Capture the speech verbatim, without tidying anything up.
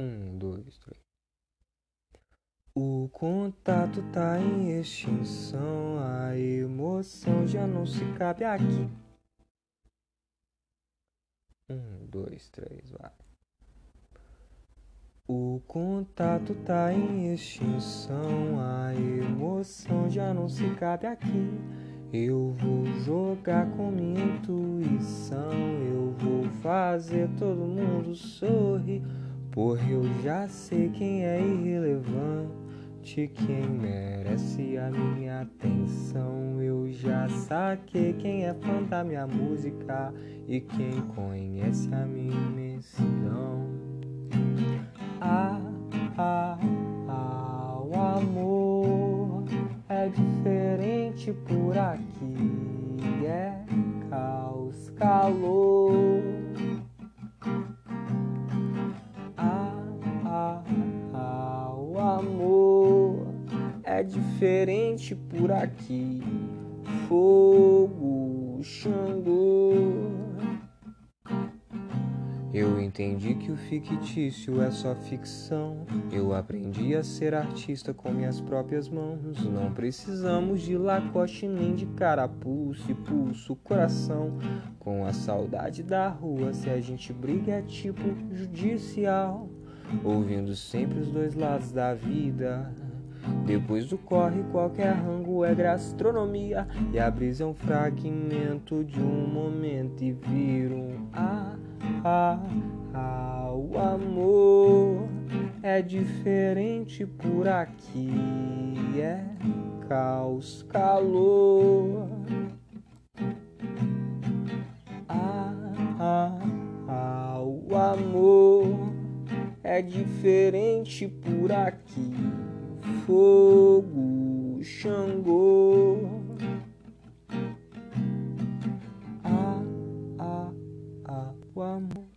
Um, dois, três. O contato tá em extinção, a emoção já não se cabe aqui. Um, dois, três, vai. O contato tá em extinção, a emoção já não se cabe aqui. Eu vou jogar com minha intuição, eu vou fazer todo mundo sorrir. Porra, eu já sei quem é irrelevante, quem merece a minha atenção. Eu já saquei quem é fã da minha música e quem conhece a minha imensidão. Ah, ah, ah, o amor é diferente por aqui, é caos, calor. Ah, ah, ah, o amor é diferente por aqui, fogo, Xangô. Eu entendi que o fictício é só ficção. Eu aprendi a ser artista com minhas próprias mãos. Não precisamos de Lacoste nem de carapuço e pulso coração. Com a saudade da rua, se a gente briga é tipo judicial. Ouvindo sempre os dois lados da vida. Depois do corre, qualquer rango é gastronomia. E a brisa é um fragmento de um momento e vira um ah, ah, ah. O amor é diferente por aqui, é caos, calor. Ah, ah, ah. O amor é diferente por aqui, fogo, Xangô. Ah, ah, ah, o amor